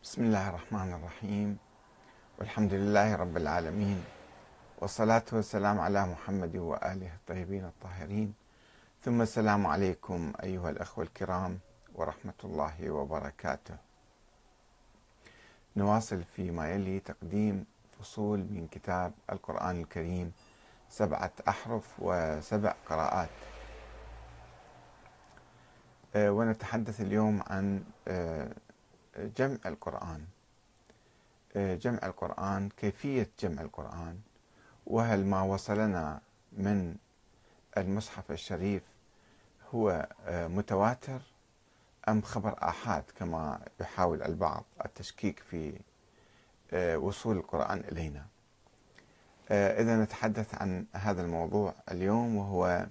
بسم الله الرحمن الرحيم، والحمد لله رب العالمين، والصلاة والسلام على محمد وآله الطيبين الطاهرين، ثم السلام عليكم أيها الأخوة الكرام ورحمة الله وبركاته. نواصل فيما يلي تقديم فصول من كتاب القرآن الكريم 7 أحرف و7 قراءات. ونتحدث اليوم عن جمع القرآن. جمع القرآن، كيفية جمع القرآن، وهل ما وصلنا من المصحف الشريف هو متواتر أم خبر آحاد كما يحاول البعض التشكيك في وصول القرآن إلينا. إذا نتحدث عن هذا الموضوع اليوم، وهو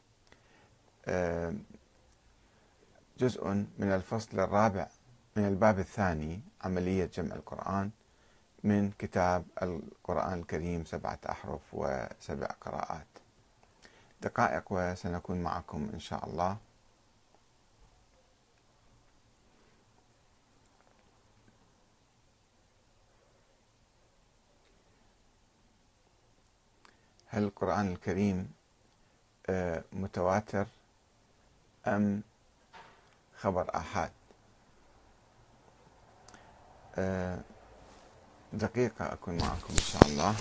جزء من الفصل الرابع من الباب الثاني، عملية جمع القرآن، من كتاب القرآن الكريم 7 أحرف و7 قراءات. دقائق وسنكون معكم إن شاء الله. هل القرآن الكريم متواتر أم خبر آحاد؟ دقيقة أكون معكم إن شاء الله.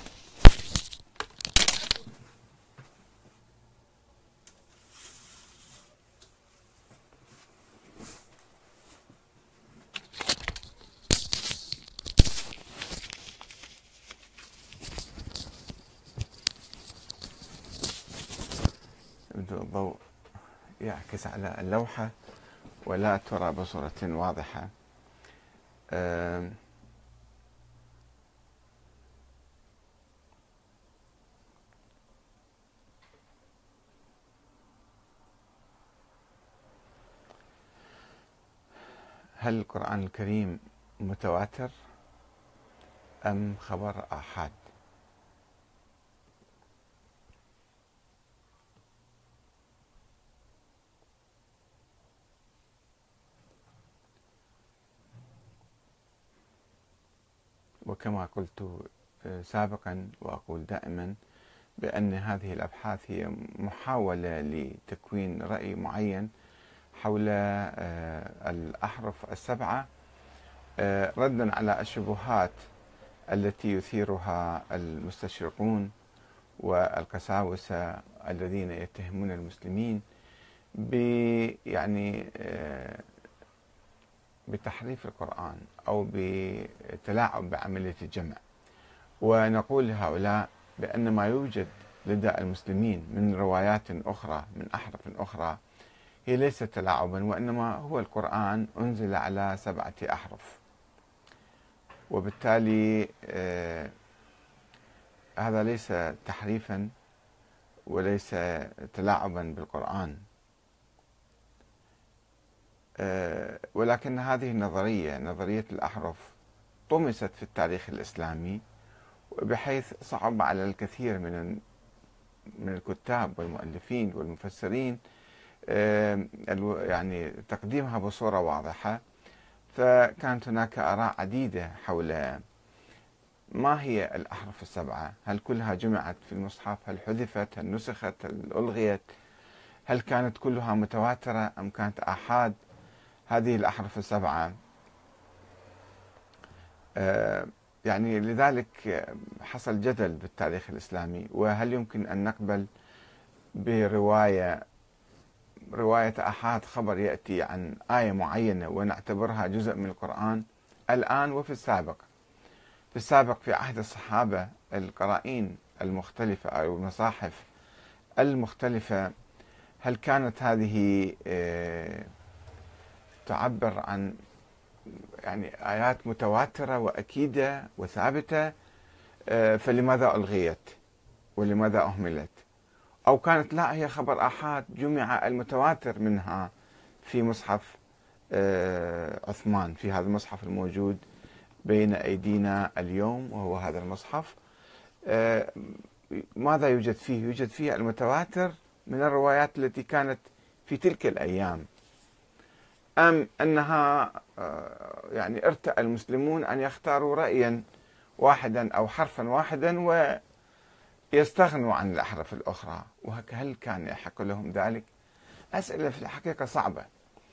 يبدو الضوء يعكس على اللوحة ولا ترى بصورة واضحة. هل القرآن الكريم متواتر أم خبر آحاد؟ وكما قلت سابقا وأقول دائما بأن هذه الأبحاث هي محاولة لتكوين رأي معين حول الأحرف ال7، ردا على الشبهات التي يثيرها المستشرقون والقساوسة الذين يتهمون المسلمين بتحريف القرآن أو بتلاعب بعملية الجمع. ونقول لهؤلاء بأن ما يوجد لدى المسلمين من روايات أخرى من أحرف أخرى هي ليست تلاعبا، وإنما هو القرآن أنزل على 7 أحرف، وبالتالي هذا ليس تحريفا وليس تلاعبا بالقرآن. ولكن هذه النظرية، نظرية الأحرف، طمست في التاريخ الإسلامي، بحيث صعب على الكثير من الكتاب والمؤلفين والمفسرين تقديمها بصورة واضحة. فكانت هناك آراء عديدة حول ما هي الأحرف ال7، هل كلها جمعت في المصحف، هل حذفت، هل نسخت، هل ألغيت، هل كانت كلها متواترة أم كانت آحاد هذه الأحرف ال7. لذلك حصل جدل بالتاريخ الإسلامي، وهل يمكن أن نقبل برواية آحاد، خبر يأتي عن آية معينة ونعتبرها جزء من القرآن الآن وفي السابق. في عهد الصحابة القرائن المختلفة أو المصاحف المختلفة، هل كانت هذه تعبر عن آيات متواترة وأكيدة وثابتة، فلماذا ألغيت ولماذا أهملت؟ أو كانت لا، هي خبر آحاد جمع المتواتر منها في مصحف عثمان، في هذا المصحف الموجود بين أيدينا اليوم، وهو هذا المصحف. ماذا يوجد فيه؟ يوجد فيه المتواتر من الروايات التي كانت في تلك الأيام، أم أنها يعني ارتأى المسلمون أن يختاروا رأيا واحدا أو حرفا واحدا ويستغنوا عن الأحرف الأخرى، وهل كان يحق لهم ذلك؟ أسئلة في الحقيقة صعبة،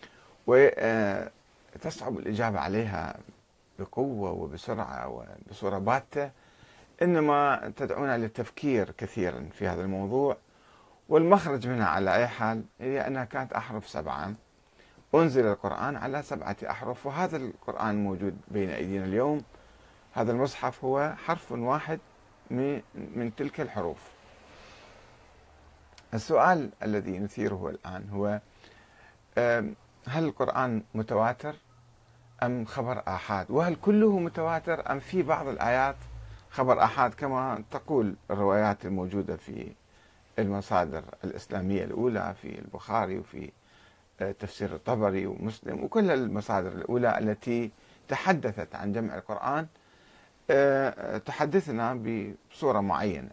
وتصعب الإجابة عليها بقوة وبسرعة وبصورة باتة، إنما تدعونا للتفكير كثيرا في هذا الموضوع. والمخرج منها على أي حال هي أنها كانت أحرف 7، أنزل القرآن على 7 أحرف، وهذا القرآن موجود بين أيدينا اليوم. هذا المصحف هو حرف واحد من تلك الحروف. السؤال الذي نثيره الآن هو هل القرآن متواتر أم خبر آحاد؟ وهل كله متواتر أم في بعض الآيات خبر آحاد كما تقول الروايات الموجودة في المصادر الإسلامية الأولى، في البخاري وفي تفسير الطبري ومسلم وكل المصادر الأولى التي تحدثت عن جمع القرآن تحدثنا بصورة معينة.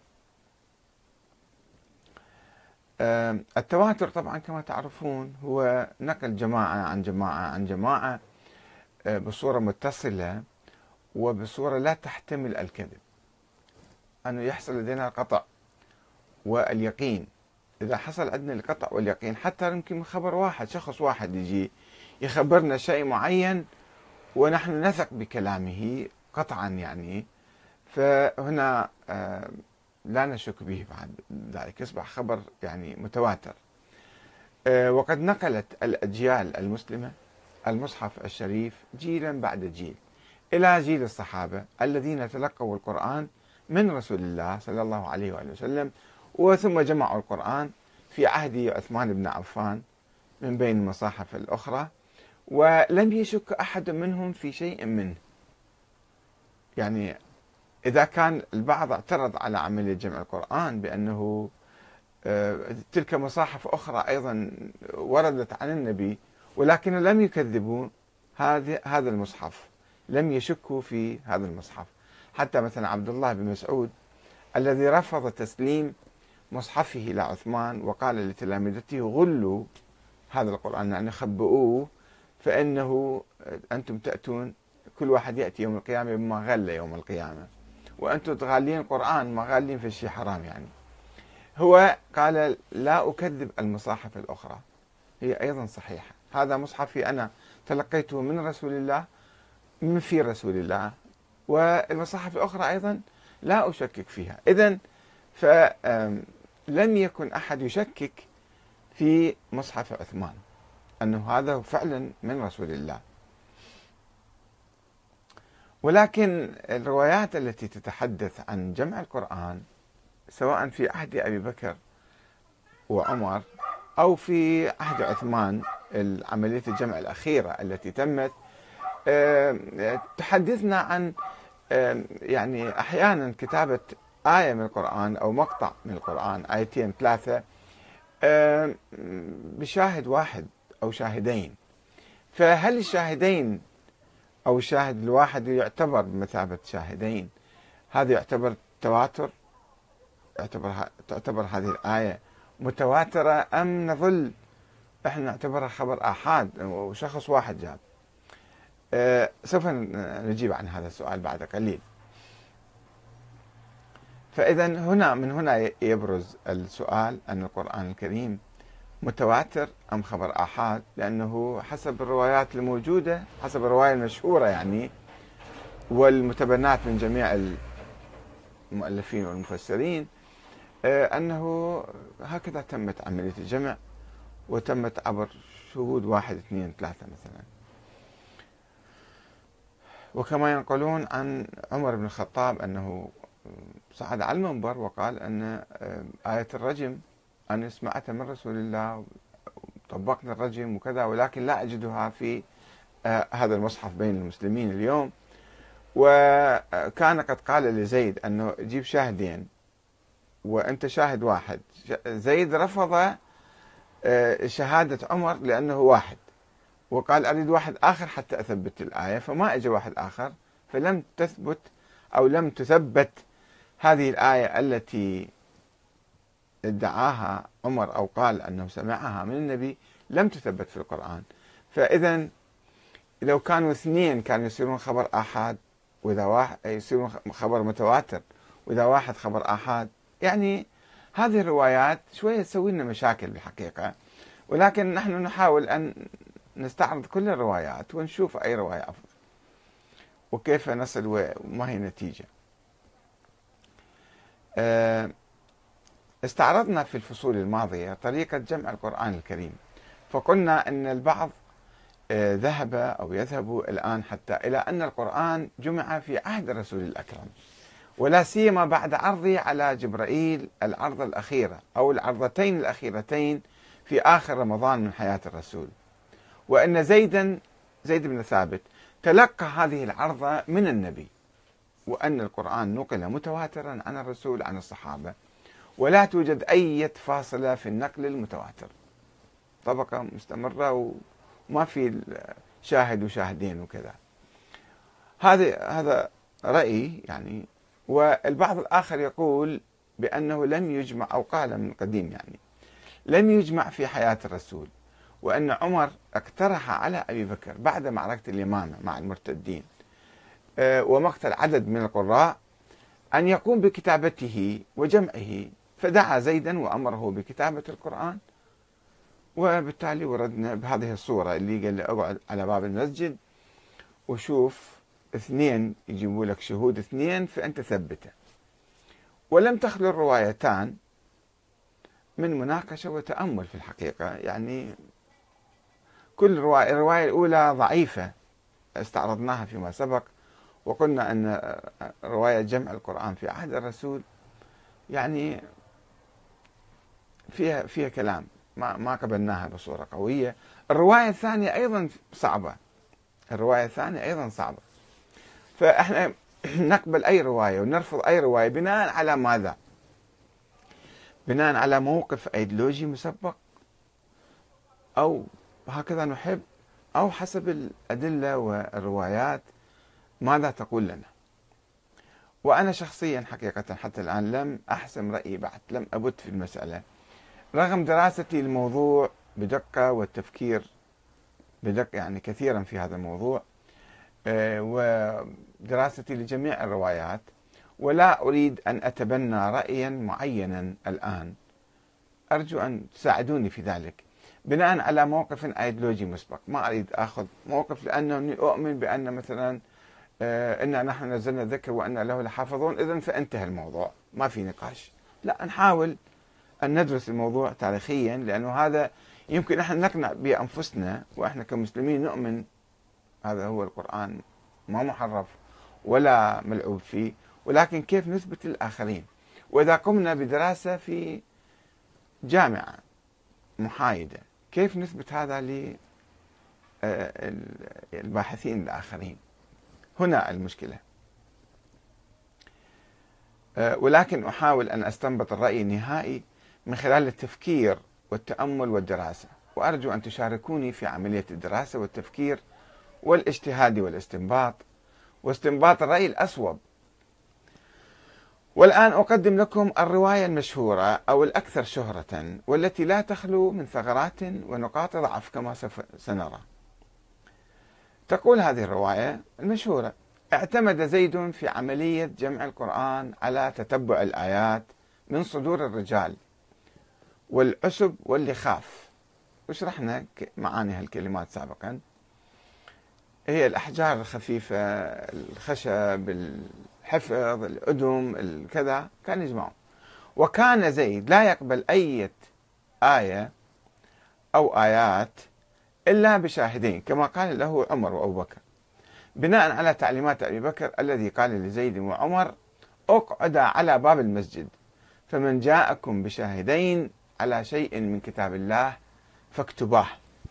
التواتر طبعا كما تعرفون هو نقل جماعة عن جماعة عن جماعة بصورة متصلة وبصورة لا تحتمل الكذب، أنه يحصل لدينا القطع واليقين. إذا حصل عندنا القطع واليقين حتى يمكن من خبر واحد، شخص واحد يجي يخبرنا شيء معين ونحن نثق بكلامه قطعا يعني، فهنا لا نشك به بعد ذلك، يصبح خبر يعني متواتر. وقد نقلت الأجيال المسلمة المصحف الشريف جيلا بعد جيل إلى جيل الصحابة الذين تلقوا القرآن من رسول الله صلى الله عليه وآله وسلم، وثم جمعوا القرآن في عهد عثمان بن عفان من بين المصاحف الأخرى، ولم يشك أحد منهم في شيء منه. يعني إذا كان البعض اعترض على عملية جمع القرآن بأنه تلك مصاحف أخرى أيضا وردت عن النبي، ولكن لم يكذبوا هذا المصحف، لم يشكوا في هذا المصحف. حتى مثلا عبد الله بن مسعود الذي رفض تسليم مصحفه لعثمان وقال لتلامذته غلوا هذا القرآن، يعني خبئوه، فإنه أنتم تأتون كل واحد يأتي يوم القيامة بما غل يوم القيامة، وأنتم تغالين القرآن ما غالين في الشيء حرام. يعني هو قال لا أكذب المصاحف الأخرى، هي أيضا صحيحة. هذا مصحفي أنا تلقيته من رسول الله، من في رسول الله، والمصاحف الأخرى أيضا لا أشكك فيها. إذن فلم يكن أحد يشكك في مصحف عثمان أنه هذا فعلا من رسول الله. ولكن الروايات التي تتحدث عن جمع القرآن سواء في عهد أبي بكر وعمر أو في عهد عثمان، عملية الجمع الأخيرة التي تمت، تحدثنا عن يعني أحيانا كتابة آية من القرآن أو مقطع من القرآن، آيتين 3 بشاهد واحد أو شاهدين. فهل الشاهدين أو الشاهد الواحد يعتبر بمثابة شاهدين؟ هذا يعتبر تواتر؟ تعتبر هذه الآية متواترة أم نظل احنا نعتبرها خبر آحاد وشخص واحد جاب؟ سوف نجيب عن هذا السؤال بعد قليل. فإذا من هنا يبرز السؤال أن القرآن الكريم متواتر أم خبر آحاد، لأنه حسب الروايات الموجودة، حسب الرواية المشهورة يعني والمتبنات من جميع المؤلفين والمفسرين، أنه هكذا تمت عملية الجمع، وتمت عبر شهود 1 2 3 مثلا. وكما ينقلون عن عمر بن الخطاب أنه صعد على المنبر وقال أن آية الرجم أنا سمعتها من رسول الله طبقنا الرجم وكذا، ولكن لا أجدها في هذا المصحف بين المسلمين اليوم. وكان قد قال لزيد أنه جيب شاهدين وأنت شاهد واحد. زيد رفض شهادة عمر لأنه واحد، وقال أريد واحد آخر حتى أثبت الآية، فما أجى واحد آخر، فلم تثبت أو لم تثبت هذه الآية التي ادعاها عمر أو قال أنه سمعها من النبي، لم تثبت في القرآن. فإذا لو كانوا اثنين كانوا يصيرون خبر آحاد، وإذا واحد يصيرون خبر متواتر، وإذا واحد خبر آحاد. يعني هذه الروايات شوية تسوي لنا مشاكل بالحقيقة، ولكن نحن نحاول أن نستعرض كل الروايات ونشوف أي رواية أفضل وكيف نصل وما هي النتيجة. استعرضنا في الفصول الماضية طريقة جمع القرآن الكريم، فقلنا أن البعض ذهب أو يذهب الآن حتى إلى أن القرآن جمع في عهد الرسول الأكرم، ولا سيما بعد عرضه على جبرائيل العرضة الأخيرة أو العرضتين الأخيرتين في آخر رمضان من حياة الرسول، وأن زيد بن ثابت تلقى هذه العرضة من النبي، وأن القرآن نقل متواترا عن الرسول عن الصحابة، ولا توجد أي فاصلة في النقل المتواتر، طبقة مستمرة وما في شاهد وشاهدين وكذا. هذا رأي يعني. والبعض الآخر يقول بأنه لم يجمع، أو قال من قديم يعني لم يجمع في حياة الرسول، وأن عمر اقترح على أبي بكر بعد معركة اليمامة مع المرتدين ومقتل عدد من القراء أن يقوم بكتابته وجمعه، فدعا زيدا وأمره بكتابة القرآن، وبالتالي وردنا بهذه الصورة اللي قال له اقعد على باب المسجد وشوف اثنين يجيبوا لك شهود اثنين فأنت ثبته. ولم تخلو الروايتان من مناقشة وتأمل في الحقيقة، يعني كل رواية، الرواية الأولى ضعيفة استعرضناها فيما سبق، وقلنا أن رواية جمع القرآن في عهد الرسول يعني فيها كلام ما قبلناها بصورة قوية. الرواية الثانية أيضا صعبة، فإحنا نقبل أي رواية ونرفض أي رواية بناء على ماذا؟ بناء على موقف أيديولوجي مسبق، أو هكذا نحب، أو حسب الأدلة والروايات ماذا تقول لنا. وأنا شخصيا حقيقة حتى الآن لم أحسم رأيي بعد، لم أبت في المسألة رغم دراستي الموضوع بدقة والتفكير بدقة يعني كثيرا في هذا الموضوع ودراستي لجميع الروايات، ولا أريد أن أتبنى رأيا معينا الآن. أرجو أن تساعدوني في ذلك بناء على موقف أيديولوجي مسبق. ما أريد أخذ موقف لأنني أؤمن بأن مثلا إنا نحن نزلنا الذكر وأنا له لحافظون إذن فانتهى الموضوع ما في نقاش. لا، نحاول أن ندرس الموضوع تاريخيا، لأنه هذا يمكن احنا نقنع بأنفسنا، وإحنا كمسلمين نؤمن هذا هو القرآن ما محرف ولا ملعوب فيه، ولكن كيف نثبت للآخرين؟ وإذا قمنا بدراسة في جامعة محايدة كيف نثبت هذا للباحثين الآخرين؟ هنا المشكلة. ولكن أحاول أن أستنبط الرأي النهائي من خلال التفكير والتأمل والدراسة، وأرجو أن تشاركوني في عملية الدراسة والتفكير والاجتهاد والاستنباط واستنباط الرأي الأصوب. والآن أقدم لكم الرواية المشهورة أو الأكثر شهرة، والتي لا تخلو من ثغرات ونقاط ضعف كما سنرى. تقول هذه الرواية المشهورة: اعتمد زيد في عملية جمع القرآن على تتبع الآيات من صدور الرجال والعسب واللخاف، وشرحنا معاني هالكلمات سابقا. هي الأحجار الخفيفة، الخشب، الحفظ، الأدم، الكذا، كان يجمعون. وكان زيد لا يقبل أي آية أو آيات إلا بشاهدين، كما قال له عمر وأبو بكر، بناء على تعليمات أبي بكر الذي قال لزيد وعمر: اقعدا على باب المسجد، فمن جاءكم بشاهدين على شيء من كتاب الله فاكتباه.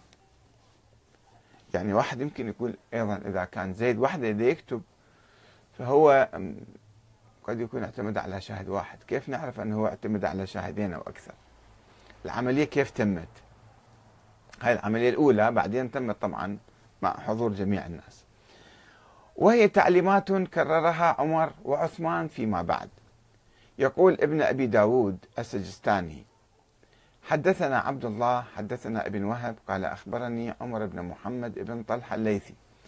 يعني واحد يمكن يقول أيضا إذا كان زيد وحده يده يكتب فهو قد يكون اعتمد على شاهد واحد، كيف نعرف أنه اعتمد على شاهدين أو أكثر؟ العملية كيف تمت؟ هاي العملية الأولى، بعدين تمت طبعا مع حضور جميع الناس، وهي تعليمات كررها عمر وعثمان فيما بعد. يقول ابن أبي داود السجستاني: حدثنا عبد الله حدثنا ابن وهب قال أخبرني عمر بن محمد بن طلحة الليثي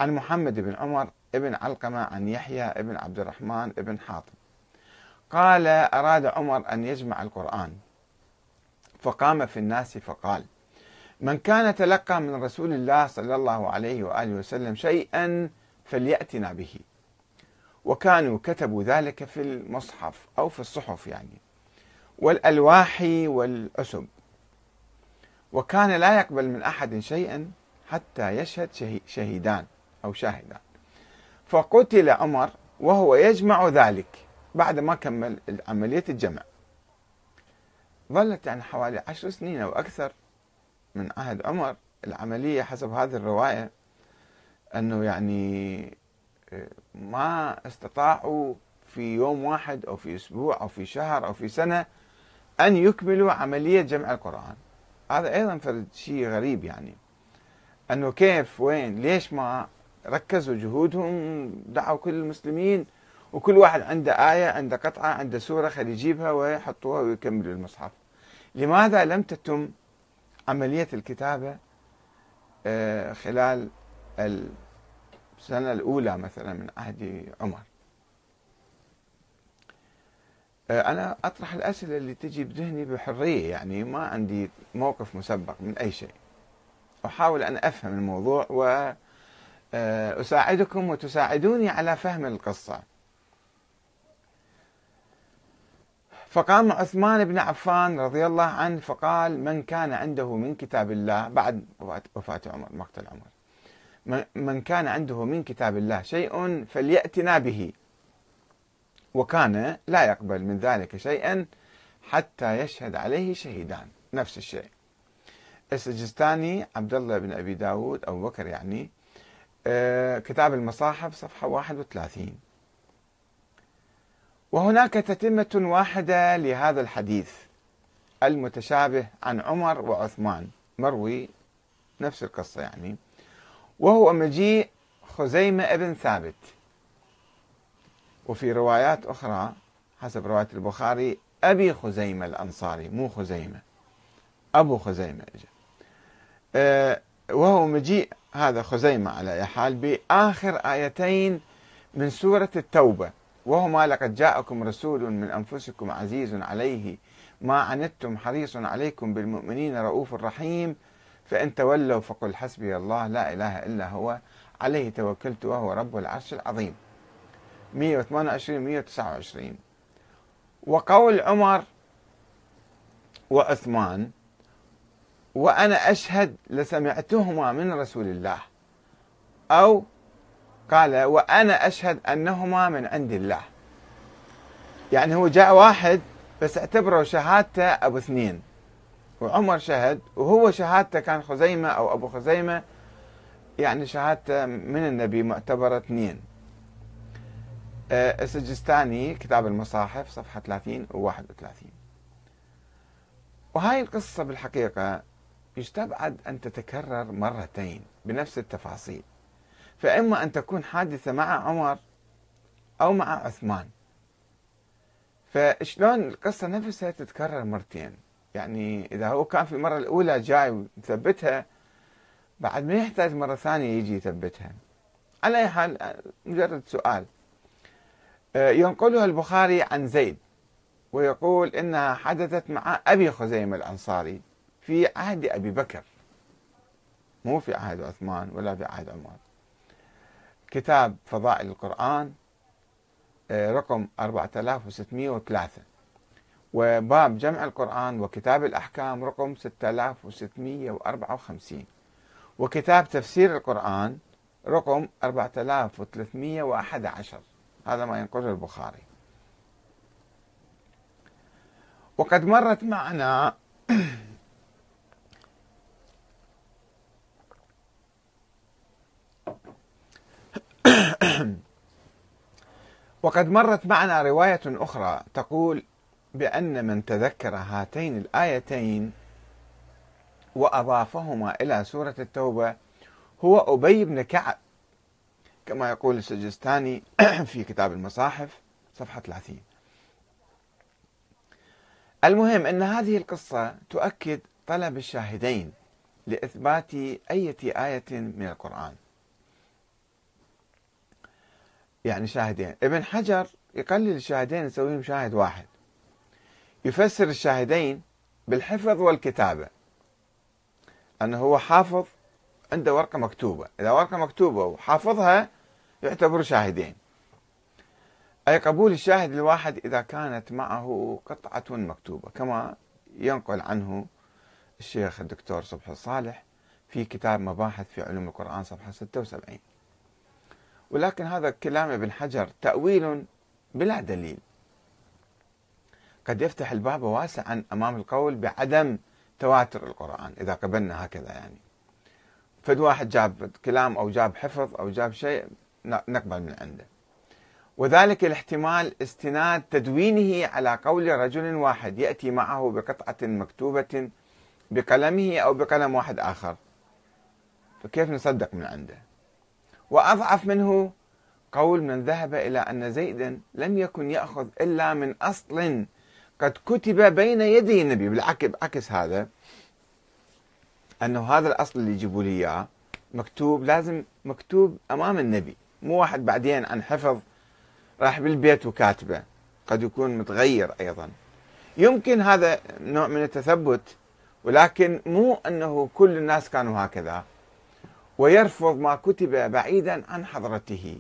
عن محمد بن عمر بن علقمة عن يحيى بن عبد الرحمن بن حاطب قال: أراد عمر أن يجمع القرآن، فقام في الناس فقال: من كان تلقى من رسول الله صلى الله عليه وآله وسلم شيئا فليأتنا به. وكانوا كتبوا ذلك في المصحف أو في الصحف يعني، والألواح والعسب. وكان لا يقبل من أحد شيئا حتى يشهد شهيدان أو شاهدان. فقتل عمر وهو يجمع ذلك بعد ما كمل عملية الجمع. ظلت يعني حوالي 10 سنين أو أكثر من عهد عمر العملية، حسب هذه الرواية أنه يعني ما استطاعوا في يوم واحد أو في أسبوع أو في شهر أو في سنة أن يكملوا عملية جمع القرآن. هذا أيضا فرد شيء غريب، يعني أنه كيف، وين، ليش ما ركزوا جهودهم، دعوا كل المسلمين وكل واحد عنده آية، عنده قطعة، عنده سورة، خلي يجيبها ويحطوها ويكملوا المصحف. لماذا لم تتم عملية الكتابة خلال السنة الأولى مثلا من عهد عمر؟ أنا أطرح الأسئلة اللي تجي بذهني بحرية، يعني ما عندي موقف مسبق من أي شيء، أحاول أن أفهم الموضوع وأساعدكم وتساعدوني على فهم القصة. فقام عثمان بن عفان رضي الله عنه فقال: من كان عنده من كتاب الله، بعد وفاة عمر، مقتل عمر، من كان عنده من كتاب الله شيء فليأتنا به. وكان لا يقبل من ذلك شيئا حتى يشهد عليه شهيدان. نفس الشيء. السجستاني عبد الله بن أبي داود أبو بكر يعني، كتاب المصاحف صفحة 31. وهناك تتمة واحدة لهذا الحديث المتشابه عن عمر وعثمان، مروي نفس القصة يعني، وهو مجيء خزيمة ابن ثابت. وفي روايات أخرى حسب رواية البخاري أبي خزيمة الأنصاري، مو خزيمة، أبو خزيمة إجا. وهو مجيء هذا خزيمة على أي حال بآخر آيتين من سورة التوبة، وهما: لقد جاءكم رسول من أنفسكم عزيز عليه ما عنتم حريص عليكم بالمؤمنين رؤوف رحيم، فإن تولوا فقل حسبي الله لا إله إلا هو عليه توكلت وهو رب العرش العظيم. 128 129. وقول عمر وعثمان: وأنا أشهد لسمعتهما من رسول الله، أو قال: وأنا أشهد أنهما من عند الله. يعني هو جاء واحد بس اعتبروا شهادته أبو اثنين، وعمر شهد وهو شهادته كان خزيمة أو أبو خزيمة، يعني شهادته من النبي معتبرة اثنين. السجستاني كتاب المصاحف صفحة 30 و31. وهاي القصة بالحقيقة يستبعد أن تتكرر مرتين بنفس التفاصيل، فإما أن تكون حادثة مع عمر أو مع عثمان. فشلون القصة نفسها تتكرر مرتين؟ يعني إذا هو كان في المرة الأولى جاي وثبتها، بعد ما يحتاج مرة ثانية يجي يثبتها. على أي حال، مجرد سؤال. ينقلها البخاري عن زيد ويقول إنها حدثت مع أبي خزيمة الأنصاري في عهد أبي بكر، مو في عهد عثمان ولا في عهد عمر. كتاب فضائل القرآن رقم 4603، وباب جمع القرآن وكتاب الأحكام رقم 6654، وكتاب تفسير القرآن رقم 4311. هذا ما ينقله البخاري. وقد مرت معنا رواية أخرى تقول بأن من تذكر هاتين الآيتين وأضافهما إلى سورة التوبة هو أبي بن كعب، كما يقول السجستاني في كتاب المصاحف صفحة 30. المهم أن هذه القصة تؤكد طلب الشاهدين لإثبات أي آية من القرآن. يعني شاهدين. ابن حجر يقلل الشاهدين يسويهم شاهد واحد، يفسر الشاهدين بالحفظ والكتابة، أنه هو حافظ عنده ورقة مكتوبة، إذا ورقة مكتوبة وحافظها يعتبر شاهدين. أي قبول الشاهد الواحد إذا كانت معه قطعة مكتوبة، كما ينقل عنه الشيخ الدكتور صبحي الصالح في كتاب مباحث في علوم القرآن صفحة 76. ولكن هذا كلام ابن حجر تأويل بلا دليل، قد يفتح الباب واسعا أمام القول بعدم تواتر القرآن إذا قبلنا هكذا. يعني فد واحد جاب كلام أو جاب حفظ أو جاب شيء نقبل من عنده، وذلك الاحتمال استناد تدوينه على قول رجل واحد يأتي معه بقطعة مكتوبة بقلمه أو بقلم واحد آخر، فكيف نصدق من عنده؟ وأضعف منه قول من ذهب إلى أن زيدا لم يكن يأخذ إلا من أصل قد كتب بين يدي النبي. بالعكس هذا، أنه هذا الأصل اللي يجيبوا لي إياه مكتوب، لازم مكتوب أمام النبي، مو واحد بعدين عن حفظ راح بالبيت وكاتبه، قد يكون متغير أيضا. يمكن هذا نوع من التثبت، ولكن مو أنه كل الناس كانوا هكذا، ويرفض ما كتب بعيدا عن حضرته.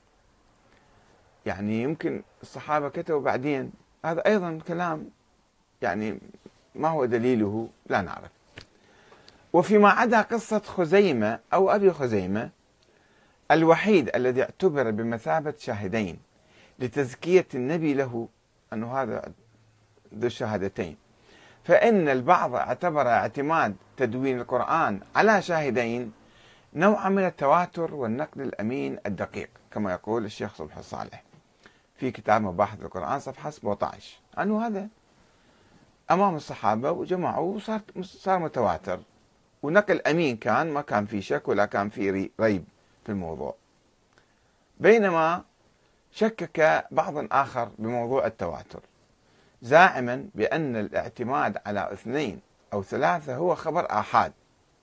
يعني يمكن الصحابة كتبوا بعدين، هذا أيضا كلام يعني ما هو دليله لا نعرف. وفيما عدا قصة خزيمة أو أبي خزيمة الوحيد الذي اعتبر بمثابة شاهدين لتزكية النبي له، أنه هذا ذو الشهادتين، فإن البعض اعتبر اعتماد تدوين القرآن على شاهدين نوعا من التواتر والنقل الأمين الدقيق، كما يقول الشيخ صبحي الصالح في كتاب مباحث القرآن صفحة 17، أنه هذا أمام الصحابة وجمعوا وصار متواتر ونقل أمين، كان ما كان في شك ولا كان في ريب في الموضوع. بينما شكك بعض آخر بموضوع التواتر، زاعما بأن الاعتماد على 2 أو 3 هو خبر آحاد،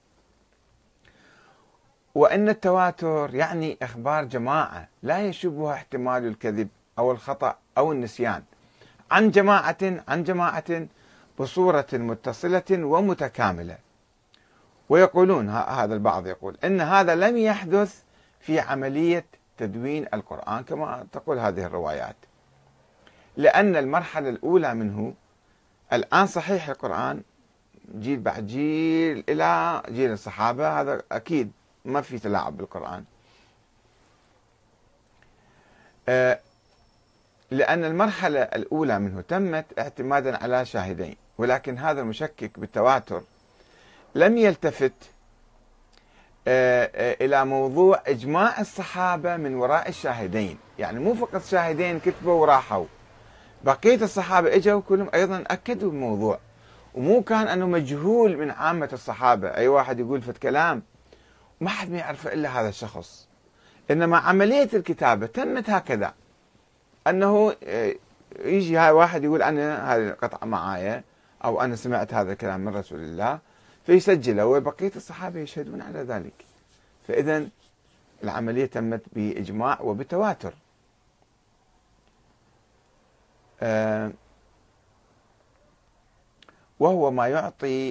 وأن التواتر يعني إخبار جماعة لا يشبه احتمال الكذب أو الخطأ أو النسيان عن جماعة بصورة متصلة ومتكاملة. ويقولون، هذا البعض يقول إن هذا لم يحدث في عملية تدوين القرآن كما تقول هذه الروايات، لأن المرحلة الأولى منه الآن صحيح القرآن جيل بعد جيل إلى جيل الصحابة، هذا أكيد ما في تلاعب بالقرآن، لأن المرحلة الأولى منه تمت اعتمادا على شاهدين. ولكن هذا المشكك بالتواتر لم يلتفت إلى موضوع إجماع الصحابة من وراء الشاهدين، يعني مو فقط شاهدين كتبوا وراحوا، بقية الصحابة إجوا كلهم أيضا أكدوا الموضوع، ومو كان أنه مجهول من عامة الصحابة، أي واحد يقول فت كلام ما حد ما يعرفه إلا هذا الشخص. إنما عملية الكتابة تمت هكذا، أنه يجي هاي واحد يقول أنا هذه القطعة معايا أو أنا سمعت هذا الكلام من رسول الله فيسجله، وبقية الصحابة يشهدون على ذلك. فإذا العملية تمت بإجماع وبتواتر. وهو ما يعطي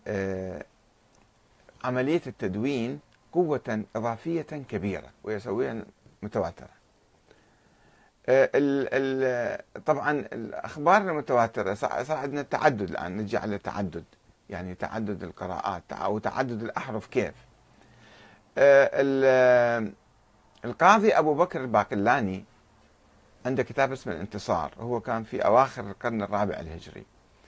عملية التدوين قوة إضافية كبيرة ويسويها متواترة. طبعا الأخبار المتواترة صار عندنا التعدد الآن، نجي على التعدد، يعني تعدد القراءات أو تعدد الأحرف. كيف؟ القاضي أبو بكر الباقلاني عنده كتاب اسمه الانتصار، هو كان في أواخر القرن الرابع الهجري،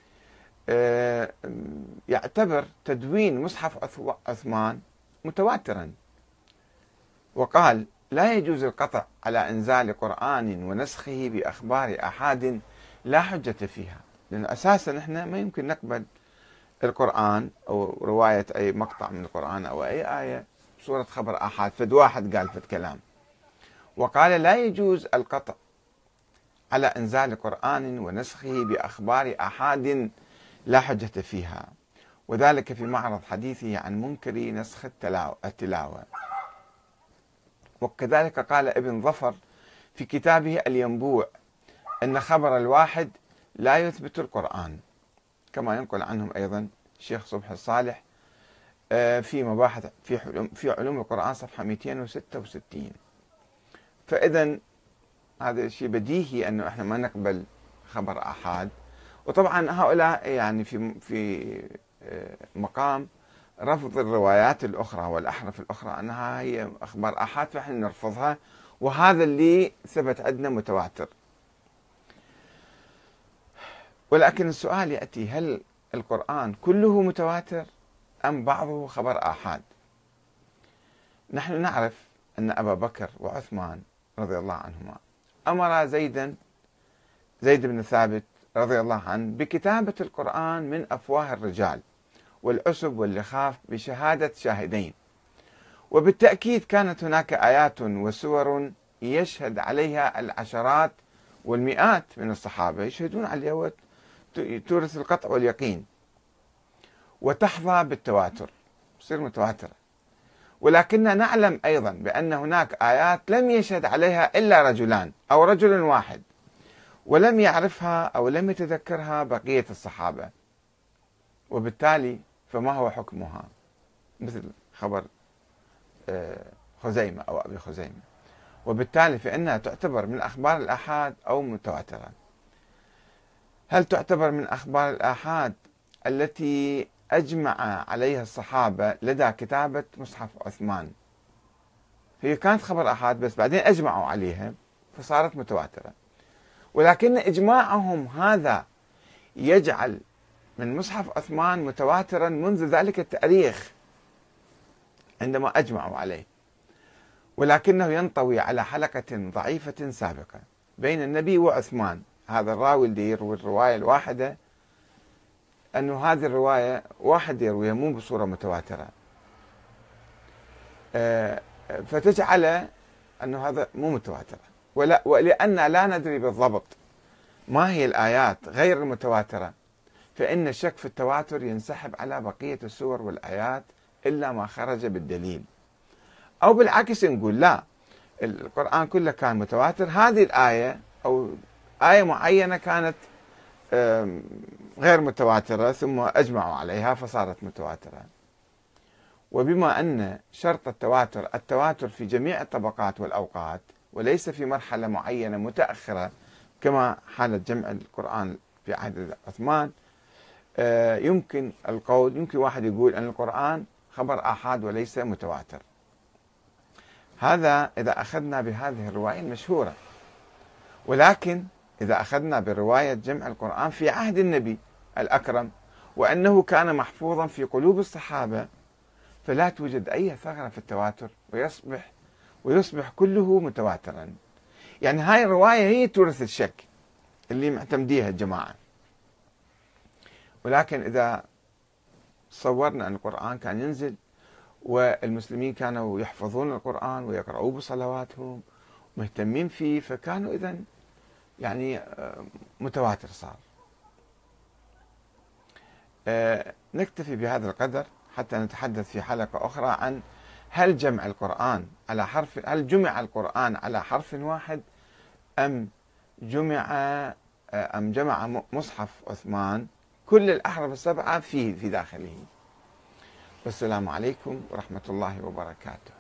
يعتبر تدوين مصحف عثمان متواترا، وقال لا يجوز القطع على إنزال قرآن ونسخه بأخبار أحاد لا حجة فيها، لأن أساسا إحنا ما يمكن نقبل القرآن أو رواية أي مقطع من القرآن أو أي آية صورة خبر أحاد، فد واحد قال فد كلام. وقال لا يجوز القطع على إنزال قرآن ونسخه بأخبار أحاد لا حجة فيها، وذلك في معرض حديثه عن منكر نسخ التلاوة. وكذلك قال ابن ظفر في كتابه الينبوع أن خبر الواحد لا يثبت القرآن، كما ينقل عنهم أيضا الشيخ صبحي الصالح في مباحث في علوم القرآن صفحة 266. فإذا هذا الشيء بديهي أنه إحنا ما نقبل خبر آحاد. وطبعا هؤلاء يعني في مقام رفض الروايات الأخرى والأحرف الأخرى أنها هي أخبار آحاد، فإحنا نرفضها، وهذا اللي ثبت عندنا متواتر. ولكن السؤال يأتي: هل القرآن كله متواتر أم بعضه خبر آحاد؟ نحن نعرف أن أبا بكر وعثمان رضي الله عنهما أمر زيد بن ثابت رضي الله عنه بكتابة القرآن من أفواه الرجال والعسب واللخاف بشهادة شاهدين، وبالتأكيد كانت هناك آيات وسور يشهد عليها العشرات والمئات من الصحابة، يشهدون عليها وتورث القطع واليقين وتحظى بالتواتر، تصير متواترة. ولكننا نعلم أيضا بأن هناك آيات لم يشهد عليها إلا رجلان أو رجل واحد، ولم يعرفها أو لم يتذكرها بقية الصحابة، وبالتالي فما هو حكمها؟ مثل خبر خزيمة أو أبي خزيمة، وبالتالي فإنها تعتبر من أخبار الآحاد أو متواترة. هل تعتبر من أخبار الآحاد التي أجمع عليها الصحابة لدى كتابة مصحف عثمان؟ هي كانت خبر آحاد بس بعدين أجمعوا عليها فصارت متواترة، ولكن إجماعهم هذا يجعل من مصحف عثمان متواترا منذ ذلك التاريخ عندما أجمعوا عليه، ولكنه ينطوي على حلقة ضعيفة سابقة بين النبي وعثمان. هذا الراوي اللي يروي الرواية الواحدة أنه هذه الرواية واحد يرويها مو بصورة متواترة، فتجعل أنه هذا مو متواترة، ولأن لا ندري بالضبط ما هي الآيات غير المتواترة، فإن الشك في التواتر ينسحب على بقية السور والآيات إلا ما خرج بالدليل. أو بالعكس نقول لا، القرآن كله كان متواتر، هذه الآية أو آية معينة كانت غير متواترة ثم أجمعوا عليها فصارت متواترة. وبما أن شرط التواتر في جميع الطبقات والأوقات وليس في مرحلة معينة متأخرة كما حالة جمع القرآن في عهد عثمان، يمكن واحد يقول أن القرآن خبر آحاد وليس متواتر. هذا إذا أخذنا بهذه الرواية المشهورة. ولكن إذا أخذنا برواية جمع القرآن في عهد النبي الأكرم وأنه كان محفوظا في قلوب الصحابة، فلا توجد أي ثغرة في التواتر ويصبح كله متواترا. يعني هاي الرواية هي تورث الشك اللي معتمديها الجماعة. ولكن إذا صورنا أن القرآن كان ينزل والمسلمين كانوا يحفظون القرآن ويقرؤوه بصلواتهم مهتمين فيه، فكانوا إذن يعني متواتر صار. نكتفي بهذا القدر حتى نتحدث في حلقة أخرى عن هل جمع القرآن هل جمع القرآن على حرف واحد أم جمع مصحف عثمان كل الأحرف السبعة في داخله. والسلام عليكم ورحمة الله وبركاته.